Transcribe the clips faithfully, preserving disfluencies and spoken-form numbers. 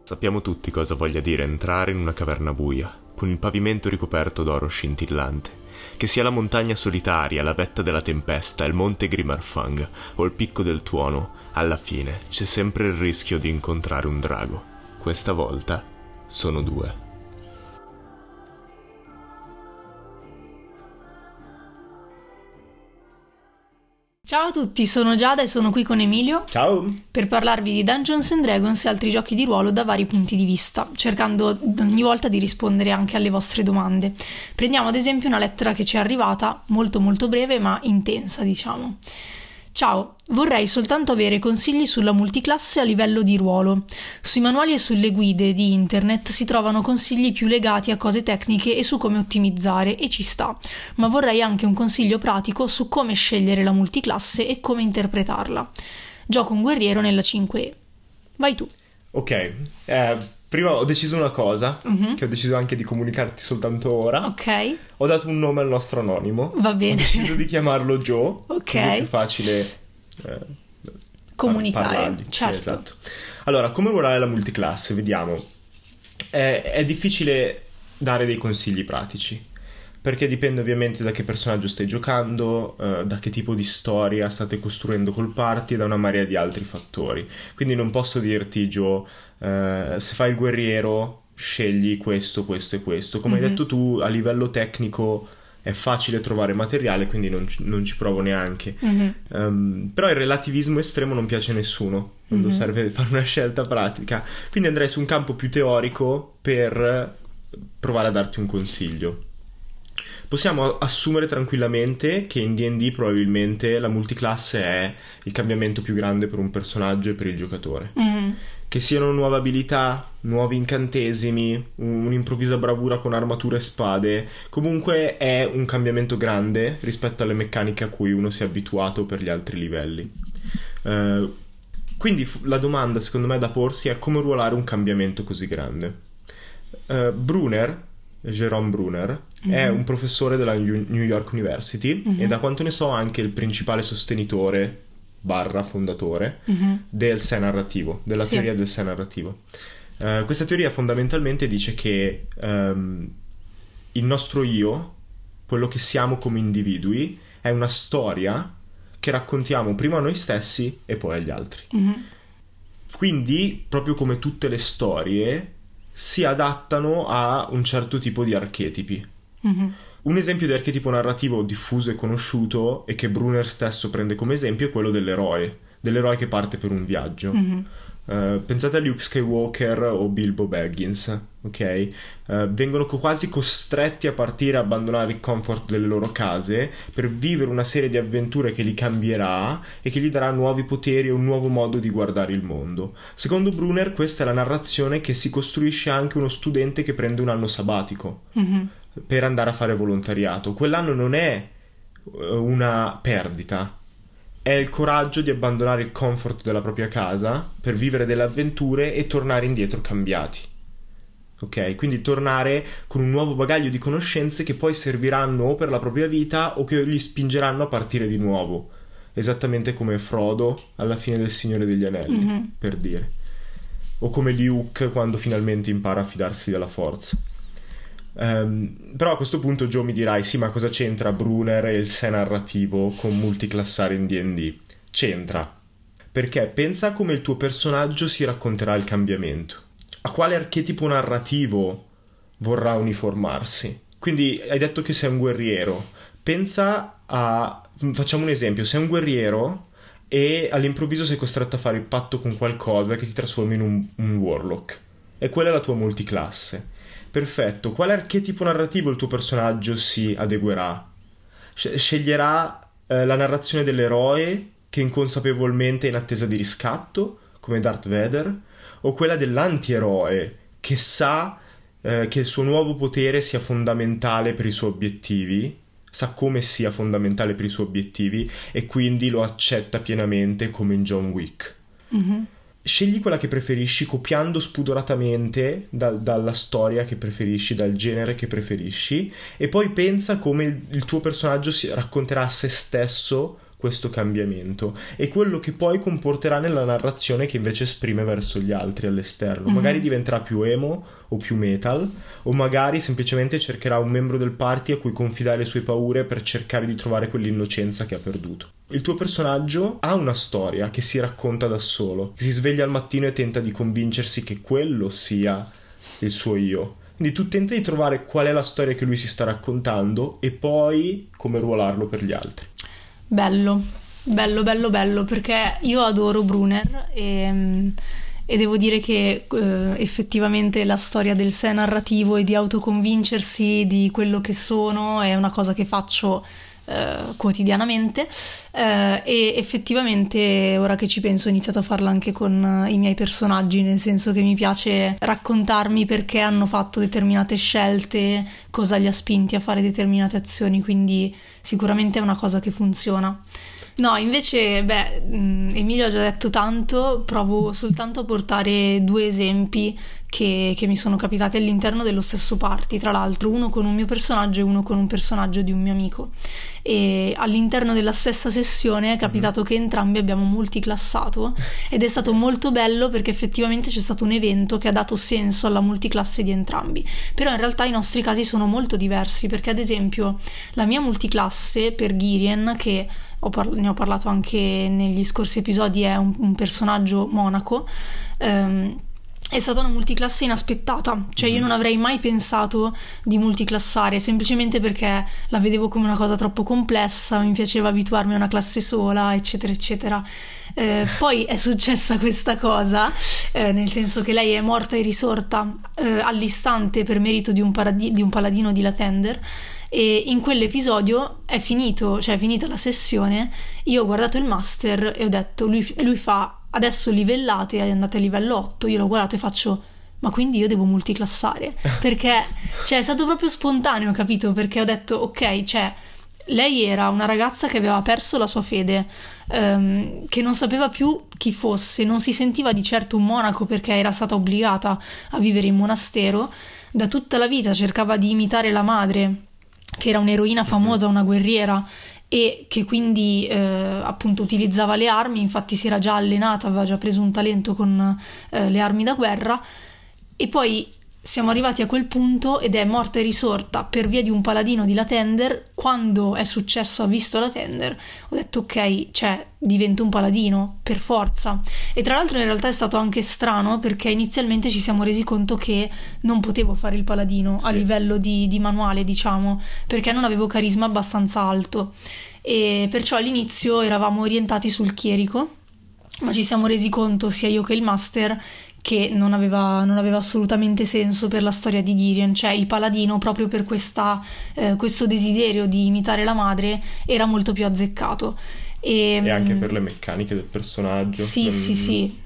Sappiamo tutti cosa voglia dire entrare in una caverna buia, con il pavimento ricoperto d'oro scintillante. Che sia la montagna solitaria, la vetta della tempesta, il monte Grimarfang o il picco del tuono, alla fine c'è sempre il rischio di incontrare un drago. Questa volta sono due. Ciao a tutti, sono Giada e sono qui con Emilio. Ciao! Per parlarvi di Dungeons and Dragons e altri giochi di ruolo da vari punti di vista, cercando ogni volta di rispondere anche alle vostre domande. Prendiamo ad esempio una lettera che ci è arrivata, molto molto breve ma intensa, diciamo. Ciao, vorrei soltanto avere consigli sulla multiclasse a livello di ruolo. Sui manuali e sulle guide di internet si trovano consigli più legati a cose tecniche e su come ottimizzare, e ci sta, ma vorrei anche un consiglio pratico su come scegliere la multiclasse e come interpretarla. Gioco un guerriero nella cinque E. Vai tu. Ok, eh, prima ho deciso una cosa, uh-huh. che ho deciso anche di comunicarti soltanto ora. Ok. Ho dato un nome al nostro anonimo. Va bene. Ho deciso di chiamarlo Joe. Ok. Così è più facile eh, comunicare, parlargli. certo. Sì, esatto. Allora, come ruolare la multiclasse? Vediamo. È, è difficile dare dei consigli pratici, perché dipende ovviamente da che personaggio stai giocando, eh, da che tipo di storia state costruendo col party e da una marea di altri fattori. Quindi non posso dirti, Joe, eh, se fai il guerriero scegli questo, questo e questo. Come mm-hmm. hai detto tu, a livello tecnico è facile trovare materiale, quindi non ci, non ci provo neanche. Mm-hmm. Um, però il relativismo estremo non piace a nessuno quando mm-hmm. serve fare una scelta pratica. Quindi andrei su un campo più teorico per provare a darti un consiglio. Possiamo assumere tranquillamente che in D and D probabilmente la multiclasse è il cambiamento più grande per un personaggio e per il giocatore. Mm-hmm. Che siano nuove abilità, nuovi incantesimi, un'improvvisa bravura con armature e spade, comunque è un cambiamento grande rispetto alle meccaniche a cui uno si è abituato per gli altri livelli. Uh, quindi la domanda secondo me da porsi è come ruolare un cambiamento così grande. Uh, Brunner, Jerome Brunner, mm-hmm. è un professore della New York University mm-hmm. e da quanto ne so anche il principale sostenitore barra fondatore mm-hmm. del sé narrativo, della sì. teoria del sé narrativo. Uh, questa teoria fondamentalmente dice che um, il nostro io, quello che siamo come individui, è una storia che raccontiamo prima a noi stessi e poi agli altri. Mm-hmm. Quindi, proprio come tutte le storie, si adattano a un certo tipo di archetipi. Mm-hmm. Un esempio di archetipo narrativo diffuso e conosciuto e che Brunner stesso prende come esempio è quello dell'eroe, dell'eroe che parte per un viaggio. Mm-hmm. Uh, pensate a Luke Skywalker o Bilbo Baggins, ok? Uh, vengono co- quasi costretti a partire, a abbandonare il comfort delle loro case per vivere una serie di avventure che li cambierà e che gli darà nuovi poteri e un nuovo modo di guardare il mondo. Secondo Brunner questa è la narrazione che si costruisce anche uno studente che prende un anno sabbatico. Mm-hmm. per andare a fare volontariato. Quell'anno non è una perdita, è il coraggio di abbandonare il comfort della propria casa per vivere delle avventure e tornare indietro cambiati. Ok? Quindi tornare con un nuovo bagaglio di conoscenze che poi serviranno o per la propria vita o che gli spingeranno a partire di nuovo, esattamente come Frodo alla fine del Signore degli Anelli, mm-hmm. per dire, o come Luke quando finalmente impara a fidarsi della forza. Um, però a questo punto Joe mi dirai sì, ma cosa c'entra Brunner e il sé narrativo con multiclassare in D and D? C'entra, perché pensa come il tuo personaggio si racconterà il cambiamento, a quale archetipo narrativo vorrà uniformarsi. Quindi hai detto che sei un guerriero, pensa a, facciamo un esempio, sei un guerriero e all'improvviso sei costretto a fare il patto con qualcosa che ti trasformi in un, un warlock, e quella è la tua multiclasse. Perfetto, quale archetipo narrativo il tuo personaggio si adeguerà? Sceglierà eh, la narrazione dell'eroe che inconsapevolmente è in attesa di riscatto, come Darth Vader, o quella dell'antieroe che sa eh, che il suo nuovo potere sia fondamentale per i suoi obiettivi, sa come sia fondamentale per i suoi obiettivi e quindi lo accetta pienamente, come in John Wick. Mm-hmm. Scegli quella che preferisci copiando spudoratamente da, dalla storia che preferisci, dal genere che preferisci, e poi pensa come il, il tuo personaggio si racconterà a se stesso questo cambiamento e quello che poi comporterà nella narrazione che invece esprime verso gli altri all'esterno. Mm-hmm. Magari diventerà più emo o più metal, o magari semplicemente cercherà un membro del party a cui confidare le sue paure per cercare di trovare quell'innocenza che ha perduto. Il tuo personaggio ha una storia che si racconta da solo, che si sveglia al mattino e tenta di convincersi che quello sia il suo io. Quindi tu tenta di trovare qual è la storia che lui si sta raccontando e poi come ruolarlo per gli altri. Bello, bello, bello, bello, perché io adoro Brunner e, e devo dire che eh, effettivamente la storia del sé narrativo e di autoconvincersi di quello che sono è una cosa che faccio eh, quotidianamente eh, e effettivamente ora che ci penso ho iniziato a farla anche con i miei personaggi, nel senso che mi piace raccontarmi perché hanno fatto determinate scelte, cosa li ha spinti a fare determinate azioni, quindi sicuramente è una cosa che funziona. No, invece, beh, Emilio ha già detto tanto, provo soltanto a portare due esempi che, che mi sono capitati all'interno dello stesso party, tra l'altro uno con un mio personaggio e uno con un personaggio di un mio amico, e all'interno della stessa sessione è capitato che entrambi abbiamo multiclassato ed è stato molto bello perché effettivamente c'è stato un evento che ha dato senso alla multiclasse di entrambi, però in realtà i nostri casi sono molto diversi, perché ad esempio la mia multiclasse per Girien, che ho parla- ne ho parlato anche negli scorsi episodi, è un, un personaggio monaco, ehm, è stata una multiclasse inaspettata, cioè io non avrei mai pensato di multiclassare semplicemente perché la vedevo come una cosa troppo complessa, mi piaceva abituarmi a una classe sola, eccetera eccetera. Eh, poi è successa questa cosa, eh, nel senso che lei è morta e risorta eh, all'istante per merito di un, paradi- di un paladino di Latender, e in quell'episodio è finito, cioè è finita la sessione, io ho guardato il master e ho detto lui, lui fa adesso livellate, andate a livello otto, io l'ho guardato e faccio ma quindi io devo multiclassare, perché cioè è stato proprio spontaneo, capito? Perché ho detto ok, cioè lei era una ragazza che aveva perso la sua fede, ehm, che non sapeva più chi fosse, non si sentiva di certo un monaco perché era stata obbligata a vivere in monastero, da tutta la vita cercava di imitare la madre che era un'eroina famosa, una guerriera, e che quindi eh, appunto utilizzava le armi, infatti si era già allenata, aveva già preso un talento con eh, le armi da guerra, e poi siamo arrivati a quel punto ed è morta e risorta per via di un paladino di Latender. Quando è successo, ha visto Latender, ho detto ok, cioè divento un paladino per forza. E tra l'altro in realtà è stato anche strano perché inizialmente ci siamo resi conto che non potevo fare il paladino, sì, a livello di, di manuale, diciamo, perché non avevo carisma abbastanza alto, e perciò all'inizio eravamo orientati sul chierico, ma ci siamo resi conto sia io che il master che non aveva, non aveva assolutamente senso per la storia di Girien, cioè il paladino proprio per questa, eh, questo desiderio di imitare la madre era molto più azzeccato. E, e anche per le meccaniche del personaggio. Sì, non, sì, sì.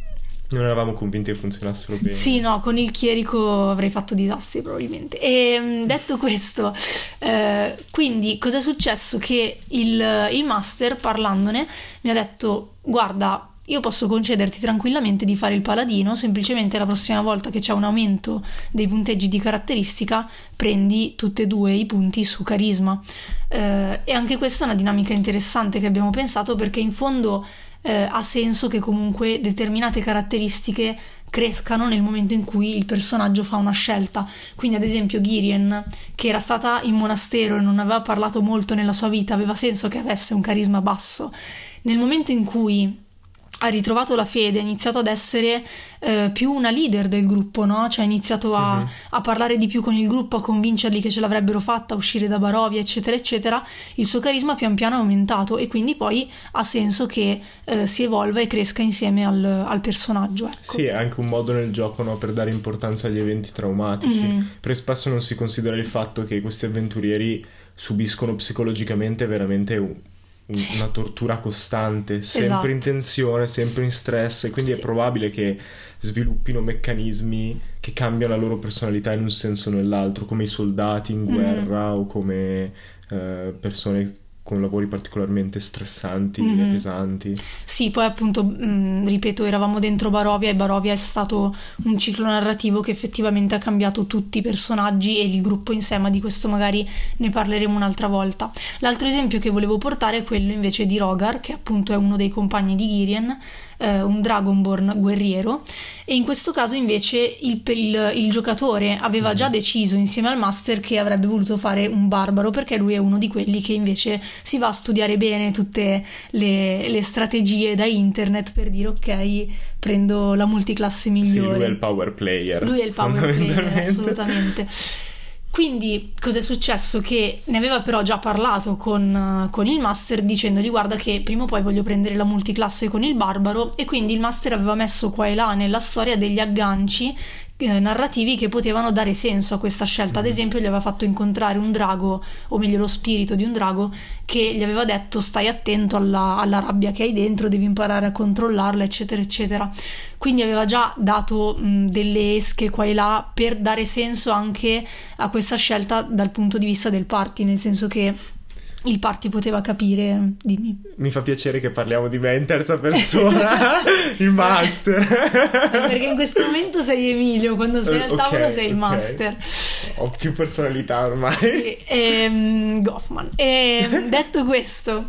Non eravamo convinti che funzionassero bene. Sì, no, con il chierico avrei fatto disastri probabilmente. E detto questo, eh, quindi cosa è successo? Che il, il master, parlandone, mi ha detto guarda, io posso concederti tranquillamente di fare il paladino, semplicemente la prossima volta che c'è un aumento dei punteggi di caratteristica prendi tutti e due i punti su carisma. Eh, e anche questa è una dinamica interessante che abbiamo pensato, perché in fondo eh, ha senso che comunque determinate caratteristiche crescano nel momento in cui il personaggio fa una scelta. Quindi ad esempio Girien, che era stata in monastero e non aveva parlato molto nella sua vita, aveva senso che avesse un carisma basso. Nel momento in cui ha ritrovato la fede, ha iniziato ad essere eh, più una leader del gruppo, no? Cioè ha iniziato a, uh-huh. a parlare di più con il gruppo, a convincerli che ce l'avrebbero fatta, a uscire da Barovia, eccetera, eccetera. Il suo carisma pian piano è aumentato e quindi poi ha senso che eh, si evolva e cresca insieme al, al personaggio. Ecco. Sì, è anche un modo nel gioco, no? Per dare importanza agli eventi traumatici. Mm-hmm. Perché spesso non si considera il fatto che questi avventurieri subiscono psicologicamente veramente un una tortura costante, sempre esatto. in tensione, sempre in stress, e quindi sì. è probabile che sviluppino meccanismi che cambiano la loro personalità in un senso o nell'altro, come i soldati in guerra mm. o come eh, persone con lavori particolarmente stressanti mm-hmm. e pesanti. Sì, poi appunto, mh, ripeto, eravamo dentro Barovia e Barovia è stato un ciclo narrativo che effettivamente ha cambiato tutti i personaggi e il gruppo in sé, ma di questo magari ne parleremo un'altra volta. L'altro esempio che volevo portare è quello invece di Rogar, che appunto è uno dei compagni di Girien, eh, un Dragonborn guerriero, e in questo caso invece il, il, il giocatore aveva già deciso insieme al master che avrebbe voluto fare un barbaro, perché lui è uno di quelli che invece si va a studiare bene tutte le, le strategie da internet per dire ok, prendo la multiclasse migliore. Sì, lui è il power player. Lui è il power player, assolutamente. Quindi cos'è successo? Che ne aveva però già parlato con, con il master dicendogli guarda che prima o poi voglio prendere la multiclasse con il barbaro, e quindi il master aveva messo qua e là nella storia degli agganci eh, narrativi che potevano dare senso a questa scelta. Ad esempio gli aveva fatto incontrare un drago, o meglio lo spirito di un drago, che gli aveva detto stai attento alla, alla rabbia che hai dentro, devi imparare a controllarla, eccetera eccetera. Quindi aveva già dato mh, delle esche qua e là per dare senso anche a questa scelta dal punto di vista del party, nel senso che il party poteva capire. Dimmi. Mi fa piacere che parliamo di me in terza persona. Il master. Perché in questo momento sei Emilio, quando sei al tavolo okay, sei il okay. master. Ho più personalità ormai. Sì, ehm, Goffman. E, detto questo,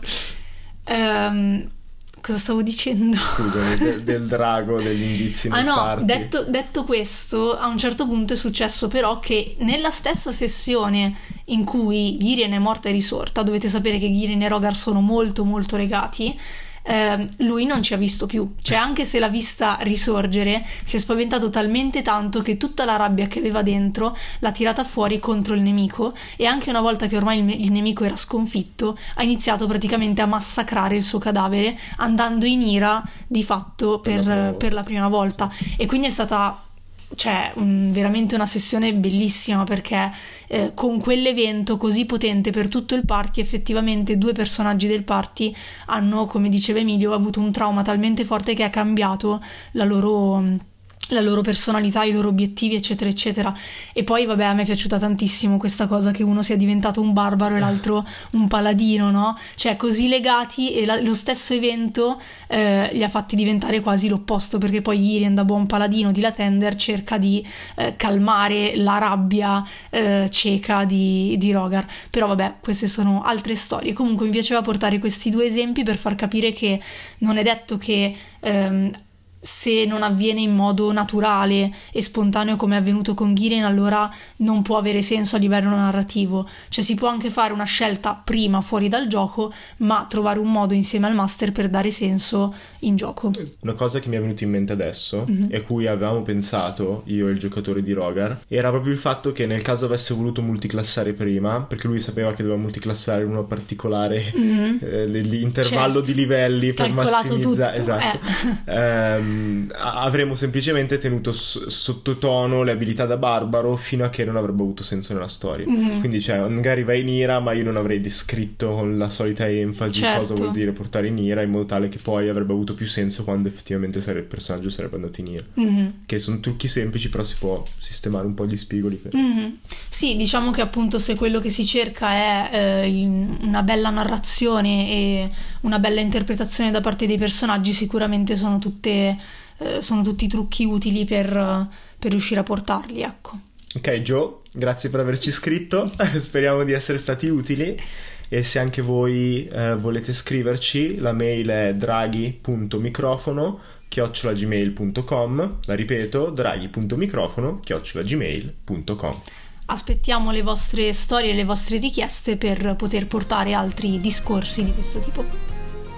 ehm, cosa stavo dicendo? Scusami, del, del drago, degli indizi nel Ah no, party. detto, detto questo, a un certo punto è successo però che nella stessa sessione in cui Girien è morta e risorta, dovete sapere che Girien e Rogar sono molto molto legati, eh, lui non ci ha visto più, cioè anche se l'ha vista risorgere si è spaventato talmente tanto che tutta la rabbia che aveva dentro l'ha tirata fuori contro il nemico, e anche una volta che ormai il, il nemico era sconfitto ha iniziato praticamente a massacrare il suo cadavere, andando in ira di fatto per, per, per la prima volta. E quindi è stata cioè um, veramente una sessione bellissima, perché eh, con quell'evento così potente per tutto il party effettivamente due personaggi del party hanno, come diceva Emilio, avuto un trauma talmente forte che ha cambiato la loro la loro personalità, i loro obiettivi, eccetera eccetera. E poi vabbè, a me è piaciuta tantissimo questa cosa che uno sia diventato un barbaro e l'altro un paladino, no? Cioè così legati, e la, lo stesso evento eh, li ha fatti diventare quasi l'opposto, perché poi Girien, da buon paladino di Latender, cerca di eh, calmare la rabbia eh, cieca di, di Rogar. Però vabbè, queste sono altre storie. Comunque mi piaceva portare questi due esempi per far capire che non è detto che ehm, se non avviene in modo naturale e spontaneo come è avvenuto con Girien, allora non può avere senso a livello narrativo. Cioè si può anche fare una scelta prima fuori dal gioco, ma trovare un modo insieme al master per dare senso in gioco. Una cosa che mi è venuta in mente adesso mm-hmm. e a cui avevamo pensato io e il giocatore di Rogar era proprio il fatto che nel caso avesse voluto multiclassare prima, perché lui sapeva che doveva multiclassare uno particolare mm-hmm. eh, l'intervallo certo. di livelli per massimizzare, esatto eh. ehm, avremmo semplicemente tenuto s- sottotono le abilità da barbaro fino a che non avrebbe avuto senso nella storia. Mm-hmm. Quindi cioè magari vai in ira, ma io non avrei descritto con la solita enfasi certo. cosa vuol dire portare in ira, in modo tale che poi avrebbe avuto più senso quando effettivamente sare- il personaggio sarebbe andato in ira. Mm-hmm. Che sono trucchi semplici, però si può sistemare un po' gli spigoli per... mm-hmm. Sì, diciamo che appunto se quello che si cerca è eh, una bella narrazione e una bella interpretazione da parte dei personaggi, sicuramente sono tutte eh, sono tutti trucchi utili per, per riuscire a portarli, ecco. Ok Joe, grazie per averci scritto, speriamo di essere stati utili, e se anche voi eh, volete scriverci, la mail è draghi punto microfono chiocciola gmail punto com, la ripeto, draghi punto microfono chiocciola gmail punto com. Aspettiamo le vostre storie e le vostre richieste per poter portare altri discorsi di questo tipo.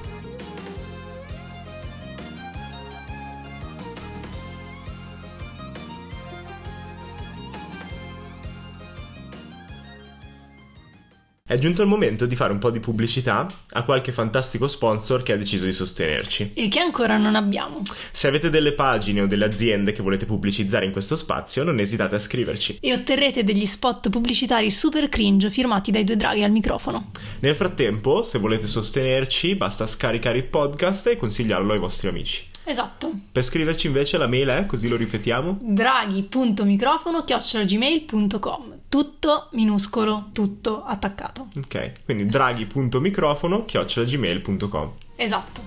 È giunto il momento di fare un po' di pubblicità a qualche fantastico sponsor che ha deciso di sostenerci e che ancora non abbiamo. Se avete delle pagine o delle aziende che volete pubblicizzare in questo spazio, non esitate a scriverci e otterrete degli spot pubblicitari super cringe firmati dai due draghi al microfono. Nel frattempo, se volete sostenerci, basta scaricare il podcast e consigliarlo ai vostri amici. Esatto. Per scriverci invece la mail è, così lo ripetiamo, draghi punto microfono chiocciola gmail punto com. tutto minuscolo, tutto attaccato. Ok, quindi draghi punto microfono chiocciola gmail punto com. Esatto.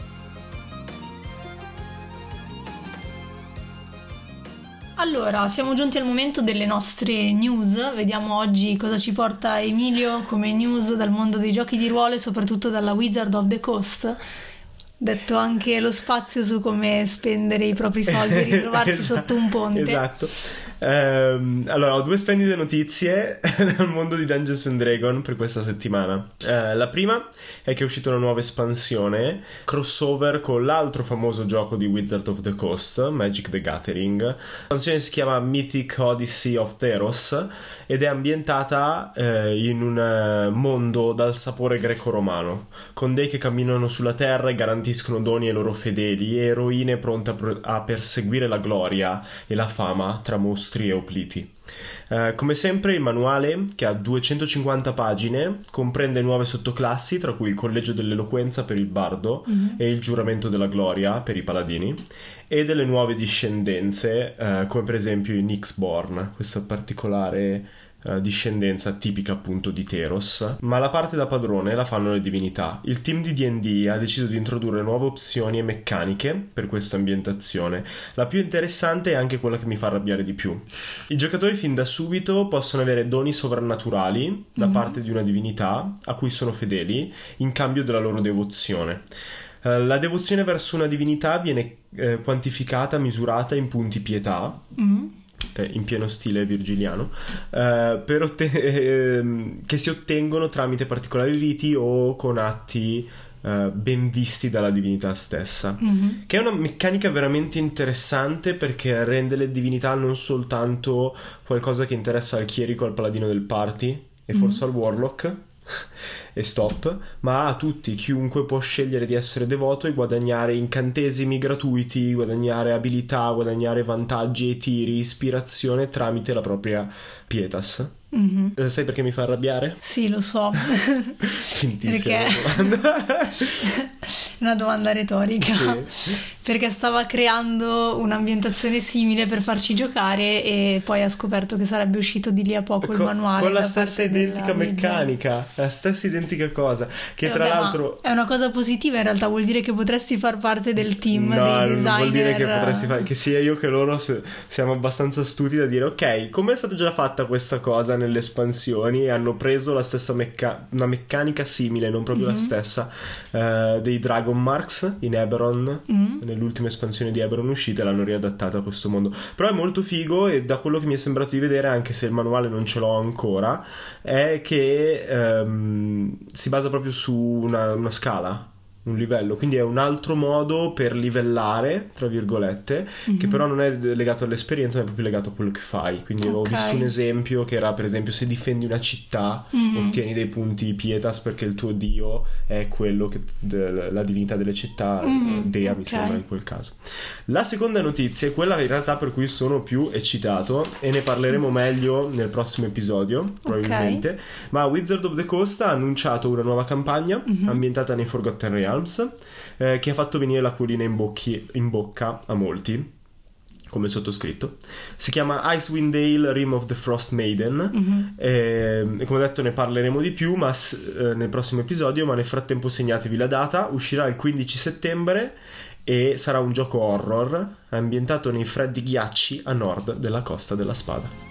Allora, siamo giunti al momento delle nostre news. Vediamo oggi cosa ci porta Emilio come news dal mondo dei giochi di ruolo e soprattutto dalla Wizard of the Coast. Detto anche lo spazio su come spendere i propri soldi e ritrovarsi esatto, sotto un ponte. Esatto. Um, allora, ho due splendide notizie dal mondo di Dungeons and Dragons per questa settimana. Uh, la prima è che è uscita una nuova espansione crossover con l'altro famoso gioco di Wizard of the Coast, Magic the Gathering. L'espansione si chiama Mythic Odyssey of Theros ed è ambientata uh, in un uh, mondo dal sapore greco-romano, con dei che camminano sulla terra e garantiscono doni ai loro fedeli e eroine pronte a, pro- a perseguire la gloria e la fama tra mostri e opliti. Uh, come sempre il manuale, che ha duecentocinquanta pagine, comprende nuove sottoclassi, tra cui il collegio dell'eloquenza per il bardo mm-hmm. e il giuramento della gloria per i paladini, e delle nuove discendenze, uh, come per esempio i Nyxborn, questa particolare Uh, discendenza tipica appunto di Theros. Ma la parte da padrone la fanno le divinità. Il team di D and D ha deciso di introdurre nuove opzioni e meccaniche per questa ambientazione. La più interessante è anche quella che mi fa arrabbiare di più. I giocatori fin da subito possono avere doni sovrannaturali da mm-hmm. parte di una divinità a cui sono fedeli in cambio della loro devozione. Uh, la devozione verso una divinità viene uh, quantificata, misurata in punti pietà mm-hmm. in pieno stile virgiliano, eh, per otten- eh, che si ottengono tramite particolari riti o con atti eh, ben visti dalla divinità stessa, mm-hmm. che è una meccanica veramente interessante perché rende le divinità non soltanto qualcosa che interessa al chierico, al paladino del party e mm-hmm. forse al warlock e stop, ma a tutti, chiunque può scegliere di essere devoto e guadagnare incantesimi gratuiti, guadagnare abilità, guadagnare vantaggi ai tiri, ispirazione tramite la propria pietas. Mm-hmm. Sai perché mi fa arrabbiare? Sì, lo so. Fintissima perché... domanda. Una domanda retorica. Sì. Perché stava creando un'ambientazione simile per farci giocare e poi ha scoperto che sarebbe uscito di lì a poco con, il manuale con la stessa identica meccanica, Wizard. La stessa identica cosa che eh, tra vabbè, l'altro è una cosa positiva, in realtà vuol dire che potresti far parte del team no, dei designer. No, vuol dire che potresti fare, che sia io che loro se, siamo abbastanza astuti da dire ok, come è stata già fatta questa cosa nelle espansioni e hanno preso la stessa mecca- una meccanica simile, non proprio mm-hmm. la stessa, uh, dei Dragon Marks in Eberron, mm-hmm. nell'ultima espansione di Eberron uscita, l'hanno riadattata a questo mondo. Però è molto figo e da quello che mi è sembrato di vedere, anche se il manuale non ce l'ho ancora, è che um, si basa proprio su una, una scala, un livello, quindi è un altro modo per livellare, tra virgolette, mm-hmm. che però non è legato all'esperienza, ma è proprio legato a quello che fai. Quindi okay. ho visto un esempio che era, per esempio, se difendi una città mm-hmm. ottieni dei punti pietas perché il tuo dio è quello che de, la divinità delle città, mm-hmm. dea mi okay. sembra in quel caso. La seconda notizia è quella in realtà per cui sono più eccitato e ne parleremo mm-hmm. meglio nel prossimo episodio probabilmente, okay. ma Wizard of the Coast ha annunciato una nuova campagna mm-hmm. ambientata nei Forgotten Realms, eh, che ha fatto venire l'acquolina in, bocchi, in bocca a molti, come sottoscritto. Si chiama Icewind Dale Rim of the Frost Maiden, mm-hmm. e, e come detto ne parleremo di più ma, eh, nel prossimo episodio, ma nel frattempo segnatevi la data, uscirà il quindici settembre e sarà un gioco horror ambientato nei freddi ghiacci a nord della Costa della Spada.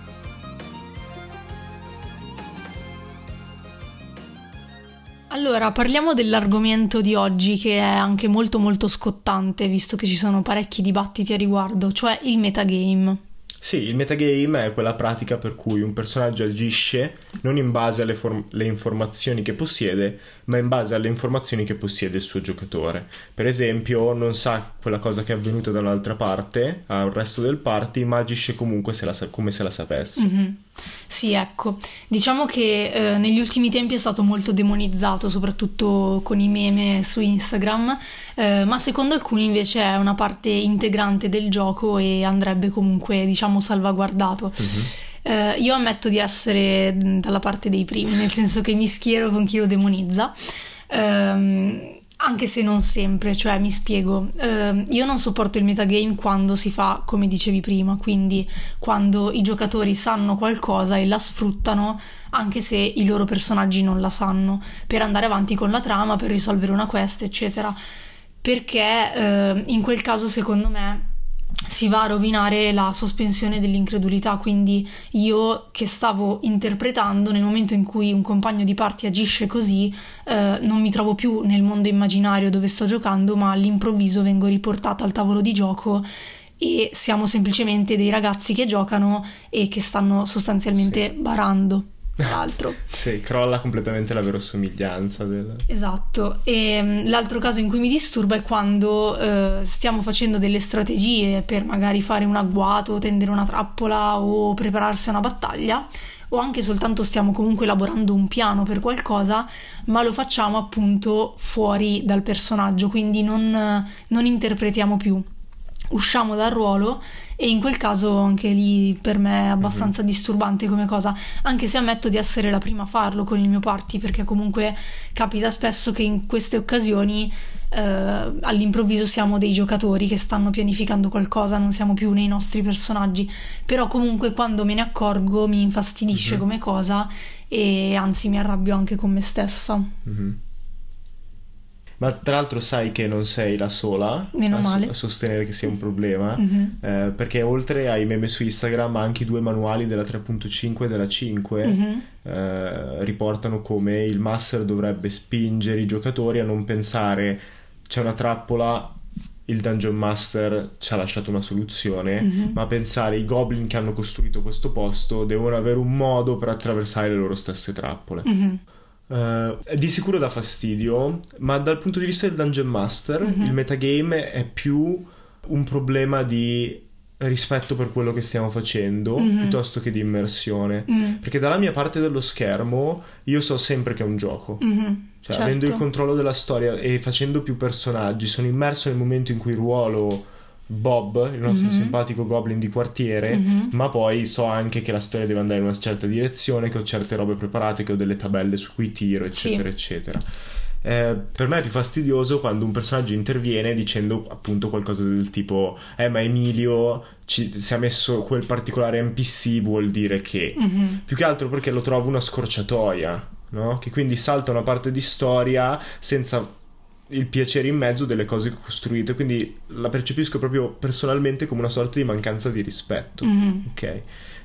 Allora, parliamo dell'argomento di oggi, che è anche molto molto scottante, visto che ci sono parecchi dibattiti a riguardo, cioè il metagame. Sì, il metagame è quella pratica per cui un personaggio agisce non in base alle form- le informazioni che possiede, ma in base alle informazioni che possiede il suo giocatore. Per esempio, non sa quella cosa che è avvenuta da un'altra parte al resto del party, ma agisce comunque se la sa- come se la sapesse. Mm-hmm. Sì, ecco, diciamo che eh, negli ultimi tempi è stato molto demonizzato, soprattutto con i meme su Instagram, eh, ma secondo alcuni invece è una parte integrante del gioco e andrebbe comunque, diciamo, salvaguardato. Mm-hmm. Eh, io ammetto di essere dalla parte dei primi, nel senso che mi schiero con chi lo demonizza. Um, Anche se non sempre, cioè mi spiego, eh, io non sopporto il metagame quando si fa come dicevi prima, quindi quando i giocatori sanno qualcosa e la sfruttano anche se i loro personaggi non la sanno, per andare avanti con la trama, per risolvere una quest, eccetera, perché eh, in quel caso secondo me si va a rovinare la sospensione dell'incredulità. Quindi io che stavo interpretando, nel momento in cui un compagno di party agisce così, eh, non mi trovo più nel mondo immaginario dove sto giocando, ma all'improvviso vengo riportata al tavolo di gioco e siamo semplicemente dei ragazzi che giocano e che stanno sostanzialmente sì. barando. Tra l'altro sì, crolla completamente la verosimiglianza del... Esatto. E l'altro caso in cui mi disturba è quando eh, stiamo facendo delle strategie per magari fare un agguato, tendere una trappola o prepararsi a una battaglia, o anche soltanto stiamo comunque elaborando un piano per qualcosa, ma lo facciamo appunto fuori dal personaggio, quindi non, non interpretiamo più, usciamo dal ruolo, e in quel caso anche lì per me è abbastanza mm-hmm. disturbante come cosa, anche se ammetto di essere la prima a farlo con il mio party, perché comunque capita spesso che in queste occasioni eh, all'improvviso siamo dei giocatori che stanno pianificando qualcosa, non siamo più nei nostri personaggi, però comunque quando me ne accorgo mi infastidisce mm-hmm. come cosa, e anzi mi arrabbio anche con me stessa. Mm-hmm. Ma tra l'altro sai che non sei la sola Meno a, male. a sostenere che sia un problema, mm-hmm. eh, perché oltre ai meme su Instagram anche i due manuali della tre punto cinque e della cinque mm-hmm. eh, riportano come il master dovrebbe spingere i giocatori a non pensare c'è una trappola, il Dungeon Master ci ha lasciato una soluzione, mm-hmm. ma pensare i goblin che hanno costruito questo posto devono avere un modo per attraversare le loro stesse trappole. Mm-hmm. Uh, di sicuro dà fastidio, ma dal punto di vista del Dungeon Master mm-hmm. il metagame è più un problema di rispetto per quello che stiamo facendo mm-hmm. piuttosto che di immersione, mm-hmm. perché dalla mia parte dello schermo io so sempre che è un gioco, mm-hmm. cioè certo. avendo il controllo della storia e facendo più personaggi sono immerso nel momento in cui ruolo Bob, il nostro mm-hmm. simpatico goblin di quartiere, mm-hmm. ma poi so anche che la storia deve andare in una certa direzione, che ho certe robe preparate, che ho delle tabelle su cui tiro, eccetera, sì. eccetera. Eh, per me è più fastidioso quando un personaggio interviene dicendo appunto qualcosa del tipo eh ma Emilio ci, si è messo quel particolare N P C, vuol dire che mm-hmm. più che altro perché lo trovo una scorciatoia, no? Che quindi salta una parte di storia senza il piacere in mezzo delle cose costruite, quindi la percepisco proprio personalmente come una sorta di mancanza di rispetto. Mm-hmm. Ok,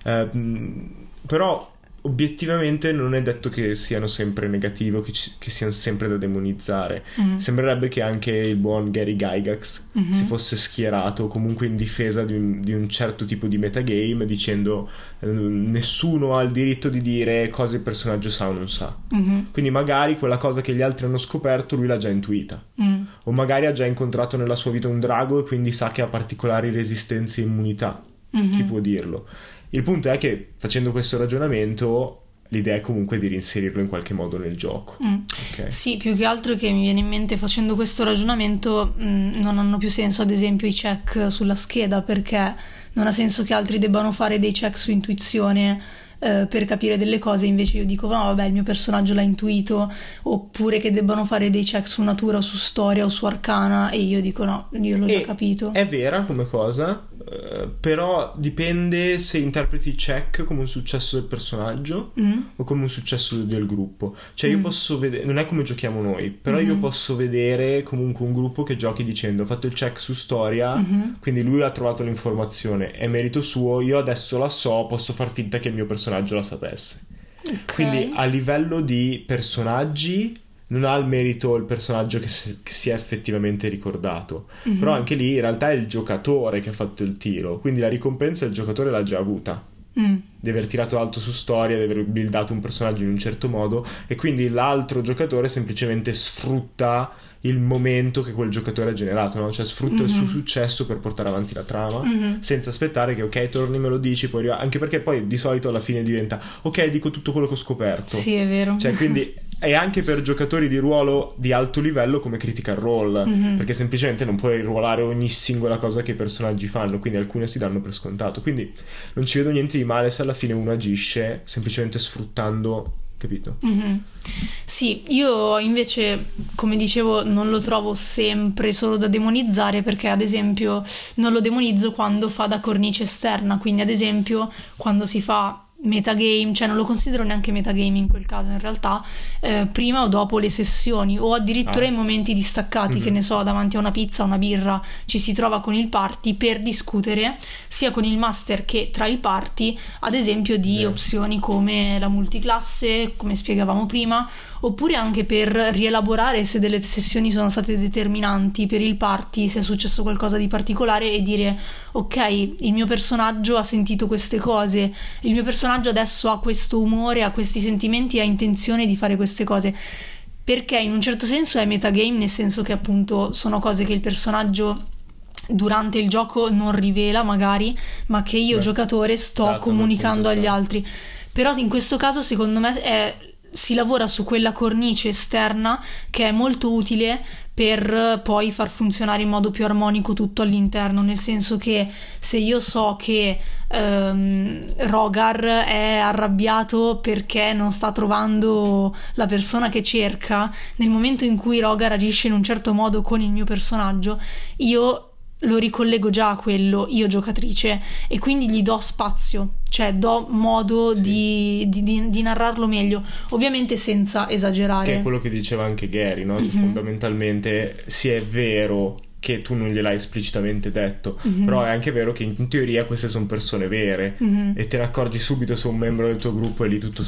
uh, però obiettivamente non è detto che siano sempre negativi o che, ci, che siano sempre da demonizzare. Mm. Sembrerebbe che anche il buon Gary Gygax mm-hmm. si fosse schierato comunque in difesa di un, di un certo tipo di metagame, dicendo eh, nessuno ha il diritto di dire cosa il personaggio sa o non sa. Mm-hmm. Quindi magari quella cosa che gli altri hanno scoperto lui l'ha già intuita. Mm. O magari ha già incontrato nella sua vita un drago e quindi sa che ha particolari resistenze e immunità. Mm-hmm. Chi può dirlo? Il punto è che facendo questo ragionamento l'idea è comunque di reinserirlo in qualche modo nel gioco. Mm. Okay. Sì, più che altro che mi viene in mente facendo questo ragionamento mh, non hanno più senso ad esempio i check sulla scheda, perché non ha senso che altri debbano fare dei check su intuizione eh, per capire delle cose, invece io dico no vabbè il mio personaggio l'ha intuito, oppure che debbano fare dei check su natura o su storia o su arcana e io dico no, io l'ho e già capito. È vera come cosa, Uh, però dipende se interpreti il check come un successo del personaggio mm. o come un successo del gruppo. Cioè io mm. posso vedere, non è come giochiamo noi, però mm-hmm. io posso vedere comunque un gruppo che giochi dicendo ho fatto il check su storia, mm-hmm. quindi lui ha trovato l'informazione, è merito suo, io adesso la so, posso far finta che il mio personaggio la sapesse. Okay. Quindi a livello di personaggi non ha il merito il personaggio che si, che si è effettivamente ricordato, mm-hmm. però anche lì in realtà è il giocatore che ha fatto il tiro, quindi la ricompensa il giocatore l'ha già avuta, mm. di aver tirato alto su storia, di aver buildato un personaggio in un certo modo, e quindi l'altro giocatore semplicemente sfrutta il momento che quel giocatore ha generato, no? Cioè sfrutta mm-hmm. il suo successo per portare avanti la trama, mm-hmm. senza aspettare che ok torni me lo dici, poi arriva... anche perché poi di solito alla fine diventa ok dico tutto quello che ho scoperto. Sì, è vero. Cioè quindi è anche per giocatori di ruolo di alto livello come Critical Role, mm-hmm. perché semplicemente non puoi ruolare ogni singola cosa che i personaggi fanno, quindi alcune si danno per scontato, quindi non ci vedo niente di male se alla fine uno agisce semplicemente sfruttando capito? Mm-hmm. Sì, io invece, come dicevo, non lo trovo sempre solo da demonizzare, perché ad esempio non lo demonizzo quando fa da cornice esterna, quindi ad esempio quando si fa metagame, cioè non lo considero neanche metagame in quel caso in realtà, eh, prima o dopo le sessioni o addirittura ah. in momenti distaccati, mm-hmm. che ne so, davanti a una pizza, una birra, ci si trova con il party per discutere sia con il master che tra il party, ad esempio di yeah. opzioni come la multiclasse, come spiegavamo prima, oppure anche per rielaborare se delle sessioni sono state determinanti per il party, se è successo qualcosa di particolare, e dire ok, il mio personaggio ha sentito queste cose, il mio personaggio adesso ha questo umore, ha questi sentimenti, ha intenzione di fare queste cose, perché in un certo senso è metagame, nel senso che appunto sono cose che il personaggio durante il gioco non rivela magari, ma che io Beh, giocatore sto esatto, comunicando agli esatto. altri. Però in questo caso secondo me è si lavora su quella cornice esterna che è molto utile per poi far funzionare in modo più armonico tutto all'interno, nel senso che se io so che ehm, Rogar è arrabbiato perché non sta trovando la persona che cerca, nel momento in cui Rogar agisce in un certo modo con il mio personaggio, io lo ricollego già a quello, io giocatrice, e quindi gli do spazio, cioè do modo sì. di, di, di, di narrarlo meglio, ovviamente senza esagerare. Che è quello che diceva anche Gary, no? Mm-hmm. Fondamentalmente, sì, è vero che tu non gliel'hai esplicitamente detto, mm-hmm. però è anche vero che in teoria queste sono persone vere, mm-hmm. e te ne accorgi subito se un membro del tuo gruppo è lì tutto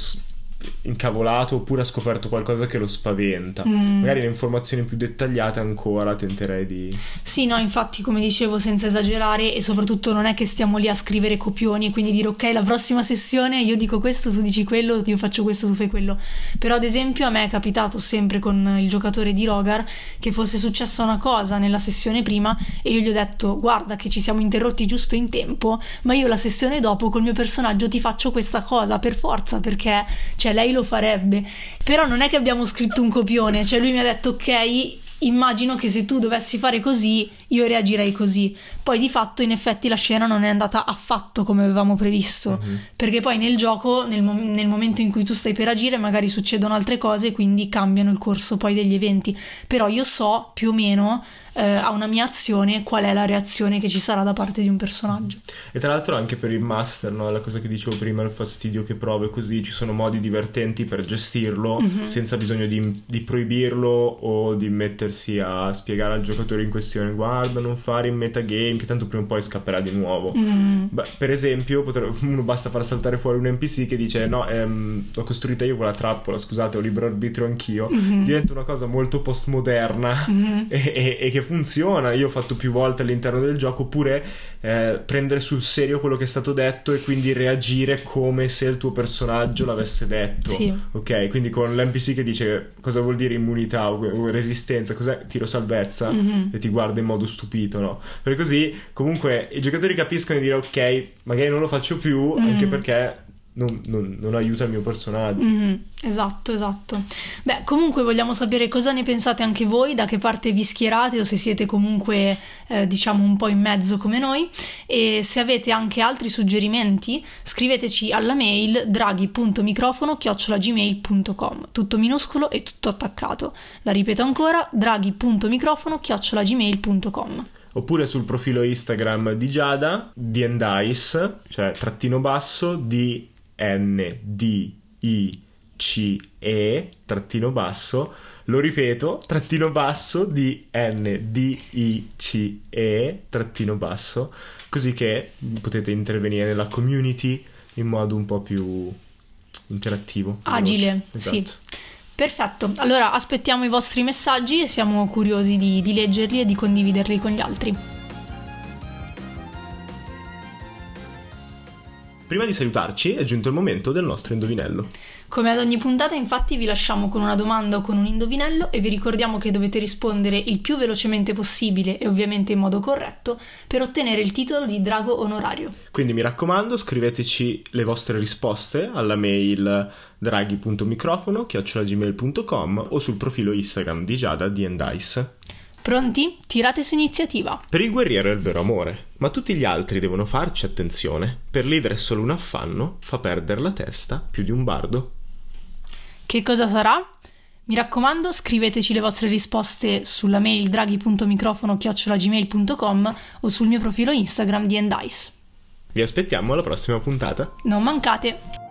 incavolato oppure ha scoperto qualcosa che lo spaventa. Mm. Magari le informazioni più dettagliate ancora tenterei di... Sì, no, infatti come dicevo, senza esagerare, e soprattutto non è che stiamo lì a scrivere copioni e quindi dire ok, la prossima sessione io dico questo, tu dici quello, io faccio questo, tu fai quello. Però ad esempio a me è capitato sempre con il giocatore di Rogar che fosse successa una cosa nella sessione prima e io gli ho detto guarda che ci siamo interrotti giusto in tempo, ma io la sessione dopo col mio personaggio ti faccio questa cosa per forza, perché cioè lei lo farebbe. Però non è che abbiamo scritto un copione, cioè lui mi ha detto ok, immagino che se tu dovessi fare così io reagirei così. Poi di fatto in effetti la scena non è andata affatto come avevamo previsto, mm-hmm. perché poi nel gioco nel, mom- nel momento in cui tu stai per agire magari succedono altre cose, quindi cambiano il corso poi degli eventi, però io so più o meno eh, a una mia azione qual è la reazione che ci sarà da parte di un personaggio. E tra l'altro anche per il master, no? La cosa che dicevo prima, il fastidio che provo e così, ci sono modi divertenti per gestirlo, mm-hmm. senza bisogno di, di proibirlo o di mettersi a spiegare al giocatore in questione guarda non fare in metagame che tanto prima o poi scapperà di nuovo. Mm. Beh, per esempio potrei, uno basta far saltare fuori un N P C che dice no ehm, l'ho costruita io quella trappola, scusate, ho libero arbitrio anch'io, mm-hmm. diventa una cosa molto postmoderna, mm-hmm. e, e, e che funziona. Io ho fatto più volte all'interno del gioco, oppure eh, prendere sul serio quello che è stato detto e quindi reagire come se il tuo personaggio l'avesse detto, sì. ok, quindi con l'N P C che dice cosa vuol dire immunità o, o resistenza, cos'è tiro salvezza, mm-hmm. e ti guarda in modo stupito, no? Perché così comunque i giocatori capiscono di dire ok, magari non lo faccio più, mm-hmm. anche perché non, non, non aiuta il mio personaggio. Mm-hmm. Esatto, esatto. Beh, comunque vogliamo sapere cosa ne pensate anche voi, da che parte vi schierate o se siete comunque eh, diciamo un po' in mezzo come noi, e se avete anche altri suggerimenti scriveteci alla mail draghi punto microfono chiocciola gmail punto com, tutto minuscolo e tutto attaccato. La ripeto ancora, draghi punto microfono chiocciola gmail punto com. Oppure sul profilo Instagram di Giada, D and Dice, cioè trattino basso D N D I C E trattino basso, lo ripeto, trattino basso D N D I C E trattino basso, così che potete intervenire nella community in modo un po' più interattivo, agile, esatto. Sì. Perfetto, allora aspettiamo i vostri messaggi e siamo curiosi di, di leggerli e di condividerli con gli altri. Prima di salutarci è giunto il momento del nostro indovinello. Come ad ogni puntata, infatti, vi lasciamo con una domanda o con un indovinello e vi ricordiamo che dovete rispondere il più velocemente possibile e ovviamente in modo corretto per ottenere il titolo di drago onorario. Quindi mi raccomando, scriveteci le vostre risposte alla mail draghi punto microfono chiocciola gmail punto com o sul profilo Instagram di Giada D and Dice. Pronti? Tirate su iniziativa. Per il guerriero è il vero amore, ma tutti gli altri devono farci attenzione. Per l'idra è solo un affanno, fa perdere la testa più di un bardo. Che cosa sarà? Mi raccomando, scriveteci le vostre risposte sulla mail draghi punto microfono chiocciola gmail punto com o sul mio profilo Instagram di Endice. Vi aspettiamo alla prossima puntata. Non mancate!